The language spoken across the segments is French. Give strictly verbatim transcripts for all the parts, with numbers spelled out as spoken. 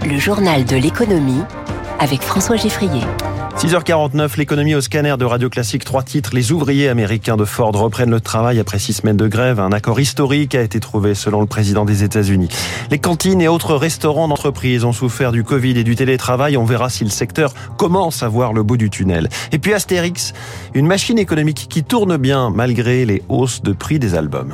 Le journal de l'économie avec François Geffrier. six heures quarante-neuf, l'économie au scanner de Radio Classique. Trois titres. Les ouvriers américains de Ford reprennent le travail après six semaines de grève. Un accord historique a été trouvé selon le président des États-Unis. Les cantines et autres restaurants d'entreprise ont souffert du Covid et du télétravail. On verra si le secteur commence à voir le bout du tunnel. Et puis Astérix, une machine économique qui tourne bien malgré les hausses de prix des albums.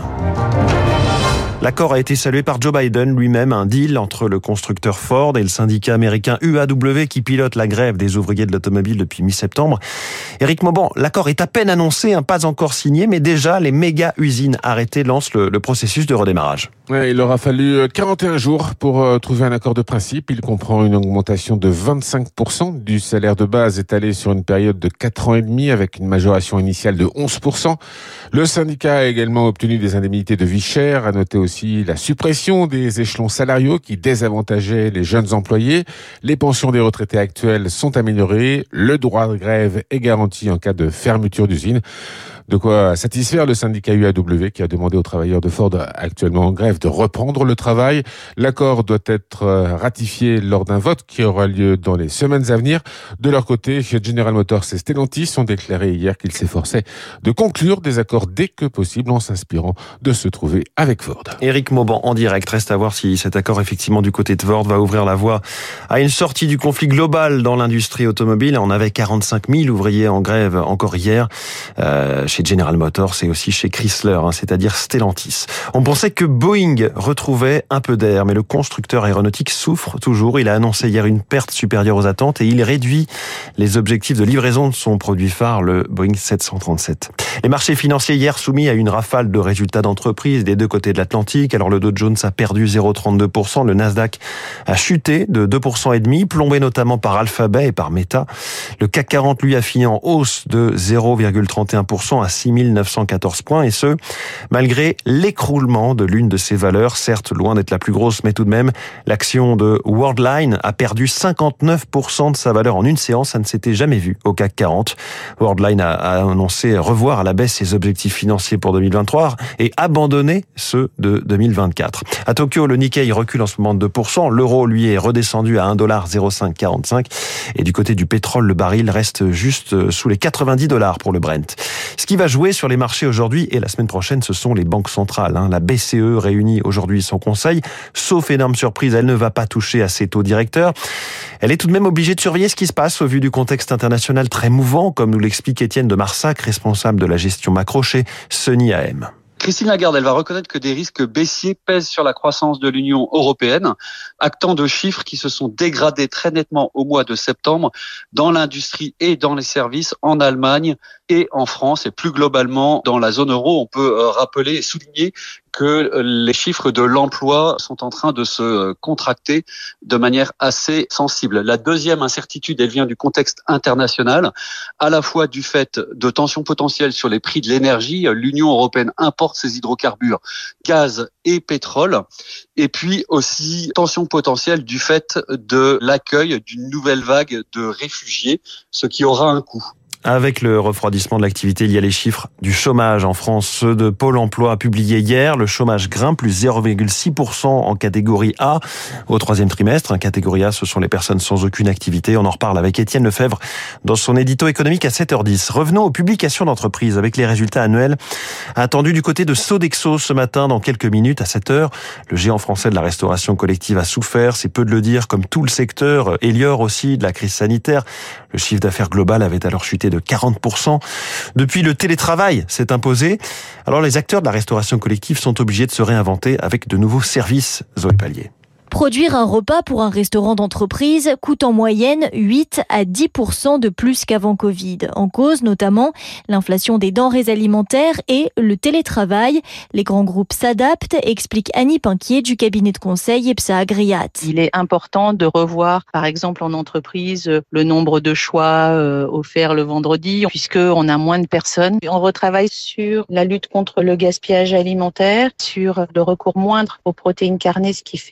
L'accord a été salué par Joe Biden lui-même, un deal entre le constructeur Ford et le syndicat américain U A W qui pilote la grève des ouvriers de l'automobile depuis mi-septembre. Éric Mauban, l'accord est à peine annoncé, hein, pas encore signé, mais déjà les méga usines arrêtées lancent le, le processus de redémarrage. Ouais, il aura fallu quarante et un jours pour euh, trouver un accord de principe. Il comprend une augmentation de vingt-cinq pour cent du salaire de base étalé sur une période de quatre ans et demi avec une majoration initiale de onze pour cent. Le syndicat a également obtenu des indemnités de vie chère, à noter aussi la suppression des échelons salariaux qui désavantageaient les jeunes employés. Les pensions des retraités actuelles sont améliorées. Le droit de grève est garanti en cas de fermeture d'usine. De quoi satisfaire le syndicat U A W qui a demandé aux travailleurs de Ford actuellement en grève de reprendre le travail. L'accord doit être ratifié lors d'un vote qui aura lieu dans les semaines à venir. De leur côté, General Motors et Stellantis ont déclaré hier qu'ils s'efforçaient de conclure des accords dès que possible en s'inspirant de se trouver avec Ford. Éric Mauban en direct. Reste à voir si cet accord effectivement du côté de Ford va ouvrir la voie à une sortie du conflit global dans l'industrie automobile. On avait quarante-cinq mille ouvriers en grève encore hier euh, chez General Motors et aussi chez Chrysler, hein, c'est-à-dire Stellantis. On pensait que Boeing retrouvait un peu d'air, mais le constructeur aéronautique souffre toujours. Il a annoncé hier une perte supérieure aux attentes et il réduit les objectifs de livraison de son produit phare, le Boeing sept cent trente-sept. Les marchés financiers hier soumis à une rafale de résultats d'entreprise des deux côtés de l'Atlantique. Alors le Dow Jones a perdu zéro virgule trente-deux pour cent, le Nasdaq a chuté de deux pour cent et demi, plombé notamment par Alphabet et par Meta. Le C A C quarante lui a fini en hausse de zéro virgule trente et un pour cent à six mille neuf cent quatorze points, et ce, malgré l'écroulement de l'une de ses valeurs, certes loin d'être la plus grosse, mais tout de même, l'action de Worldline a perdu cinquante-neuf pour cent de sa valeur en une séance, ça ne s'était jamais vu au C A C quarante. Worldline a, a annoncé revoir à la baisse ses objectifs financiers pour deux mille vingt-trois et abandonner ceux de deux mille vingt-quatre. À Tokyo, le Nikkei recule en ce moment de deux pour cent, l'euro lui est redescendu à un dollar zéro virgule cinq quarante-cinq, et du côté du pétrole, le baril reste juste sous les quatre-vingt-dix dollars pour le Brent. Ce qui va jouer sur les marchés aujourd'hui et la semaine prochaine, ce sont les banques centrales. La B C E réunit aujourd'hui son conseil. Sauf énorme surprise, elle ne va pas toucher à ses taux directeurs. Elle est tout de même obligée de surveiller ce qui se passe au vu du contexte international très mouvant, comme nous l'explique Étienne de Marsac, responsable de la gestion macro chez Sony A M. Christine Lagarde, elle va reconnaître que des risques baissiers pèsent sur la croissance de l'Union européenne, actant de chiffres qui se sont dégradés très nettement au mois de septembre dans l'industrie et dans les services en Allemagne et en France, et plus globalement dans la zone euro. On peut rappeler et souligner que les chiffres de l'emploi sont en train de se contracter de manière assez sensible. La deuxième incertitude, elle vient du contexte international, à la fois du fait de tensions potentielles sur les prix de l'énergie. L'Union européenne importe ses hydrocarbures, gaz et pétrole, et puis aussi tensions potentielles du fait de l'accueil d'une nouvelle vague de réfugiés, ce qui aura un coût. Avec le refroidissement de l'activité, il y a les chiffres du chômage en France. Ceux de Pôle emploi publiés hier. Le chômage grimpe, plus zéro virgule six pour cent en catégorie A au troisième trimestre. En catégorie A, ce sont les personnes sans aucune activité. On en reparle avec Étienne Lefebvre dans son édito économique à sept heures dix. Revenons aux publications d'entreprises avec les résultats annuels attendus du côté de Sodexo ce matin dans quelques minutes à sept heures. Le géant français de la restauration collective a souffert, c'est peu de le dire, comme tout le secteur. Elior aussi, de la crise sanitaire. Le chiffre d'affaires global avait alors chuté de quarante pour cent. Depuis, le télétravail s'est imposé. Alors les acteurs de la restauration collective sont obligés de se réinventer avec de nouveaux services. Zoé Pallier. Produire un repas pour un restaurant d'entreprise coûte en moyenne huit à dix pour cent de plus qu'avant Covid. En cause notamment l'inflation des denrées alimentaires et le télétravail. Les grands groupes s'adaptent, explique Annie Pinquier du cabinet de conseil Epsa Agriat. Il est important de revoir, par exemple en entreprise, le nombre de choix offerts le vendredi, puisqu'on a moins de personnes. On retravaille sur la lutte contre le gaspillage alimentaire, sur le recours moindre aux protéines carnées, ce qui fait baisser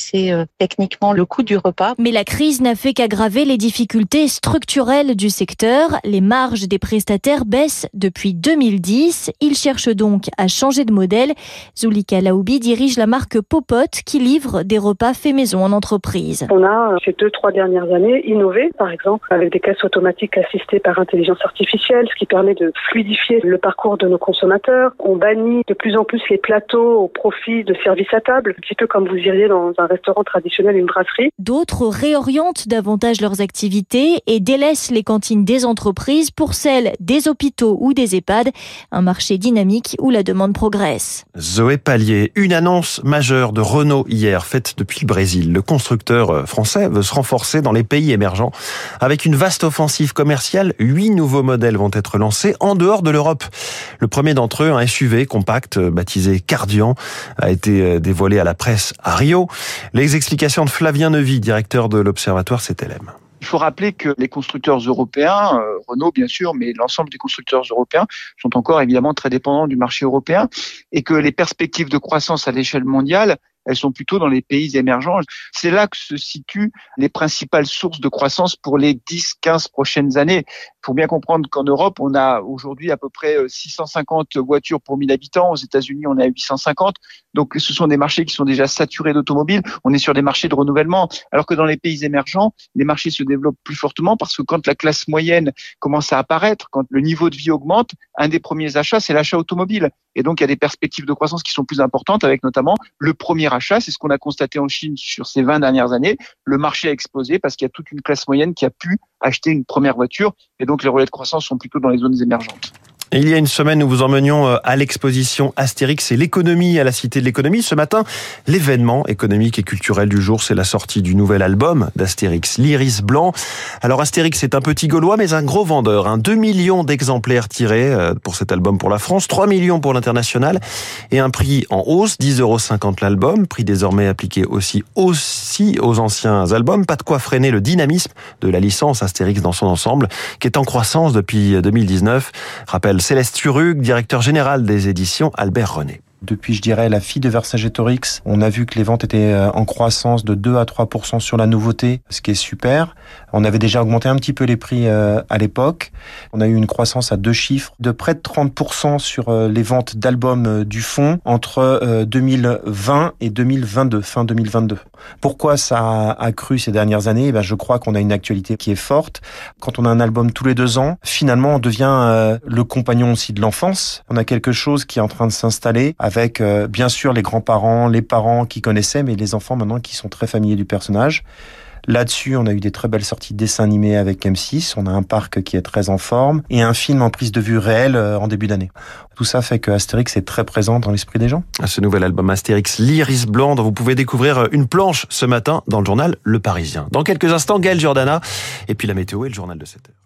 c'est euh, techniquement le coût du repas. Mais la crise n'a fait qu'aggraver les difficultés structurelles du secteur. Les marges des prestataires baissent depuis deux mille dix. Ils cherchent donc à changer de modèle. Zulika Laoubi dirige la marque Popote qui livre des repas faits maison en entreprise. On a, ces deux, trois dernières années, innové, par exemple, avec des caisses automatiques assistées par intelligence artificielle, ce qui permet de fluidifier le parcours de nos consommateurs. On bannit de plus en plus les plateaux au profit de services à table, un petit peu comme vous iriez dans un restaurant traditionnel, une brasserie. D'autres réorientent davantage leurs activités et délaissent les cantines des entreprises pour celles des hôpitaux ou des EHPAD. Un marché dynamique où la demande progresse. Zoé Pallier, une annonce majeure de Renault hier, faite depuis le Brésil. Le constructeur français veut se renforcer dans les pays émergents. Avec une vaste offensive commerciale, huit nouveaux modèles vont être lancés en dehors de l'Europe. Le premier d'entre eux, un S U V compact baptisé Cardian, a été dévoilé à la presse à Rio. Les explications de Flavien Neuvy, directeur de l'Observatoire C T L M. Il faut rappeler que les constructeurs européens, euh, Renault bien sûr, mais l'ensemble des constructeurs européens sont encore évidemment très dépendants du marché européen et que les perspectives de croissance à l'échelle mondiale, elles sont plutôt dans les pays émergents. C'est là que se situent les principales sources de croissance pour les dix quinze prochaines années. Il faut bien comprendre qu'en Europe, on a aujourd'hui à peu près six cent cinquante voitures pour mille habitants. Aux États-Unis, on est à huit cent cinquante. Donc, ce sont des marchés qui sont déjà saturés d'automobiles. On est sur des marchés de renouvellement. Alors que dans les pays émergents, les marchés se développent plus fortement parce que quand la classe moyenne commence à apparaître, quand le niveau de vie augmente, un des premiers achats, c'est l'achat automobile. Et donc, il y a des perspectives de croissance qui sont plus importantes avec notamment le premier achat. C'est ce qu'on a constaté en Chine sur ces vingt dernières années. Le marché a explosé parce qu'il y a toute une classe moyenne qui a pu acheter une première voiture. Et donc, les relais de croissance sont plutôt dans les zones émergentes. Et il y a une semaine, nous vous emmenions à l'exposition Astérix et l'économie à la Cité de l'économie. Ce matin, l'événement économique et culturel du jour, c'est la sortie du nouvel album d'Astérix, l'Iris Blanc. Alors Astérix, c'est un petit Gaulois, mais un gros vendeur. Hein. deux millions d'exemplaires tirés pour cet album pour la France, trois millions pour l'international et un prix en hausse, dix euros cinquante l'album, prix désormais appliqué aussi, aussi aux anciens albums. Pas de quoi freiner le dynamisme de la licence Astérix dans son ensemble, qui est en croissance depuis deux mille dix-neuf. Rappelle Céleste Turug, directeur général des éditions Albert René. Depuis, je dirais, la fille de Vercingétorix, on a vu que les ventes étaient en croissance de deux à trois pour cent sur la nouveauté, ce qui est super. On avait déjà augmenté un petit peu les prix à l'époque. On a eu une croissance à deux chiffres de près de trente pour cent sur les ventes d'albums du fond entre deux mille vingt et deux mille vingt-deux, fin deux mille vingt-deux. Pourquoi ça a cru ces dernières années? Eh ben, je crois qu'on a une actualité qui est forte. Quand on a un album tous les deux ans, finalement, on devient le compagnon aussi de l'enfance. On a quelque chose qui est en train de s'installer avec euh, bien sûr les grands-parents, les parents qui connaissaient, mais les enfants maintenant qui sont très familiers du personnage. Là-dessus, on a eu des très belles sorties de dessins animés avec M six, on a un parc qui est très en forme, et un film en prise de vue réelle euh, en début d'année. Tout ça fait que Astérix est très présent dans l'esprit des gens. Ce nouvel album Astérix, l'Iris Blanc, dont vous pouvez découvrir une planche ce matin dans le journal Le Parisien. Dans quelques instants, Gaël Giordana, et puis la météo et le journal de sept heures.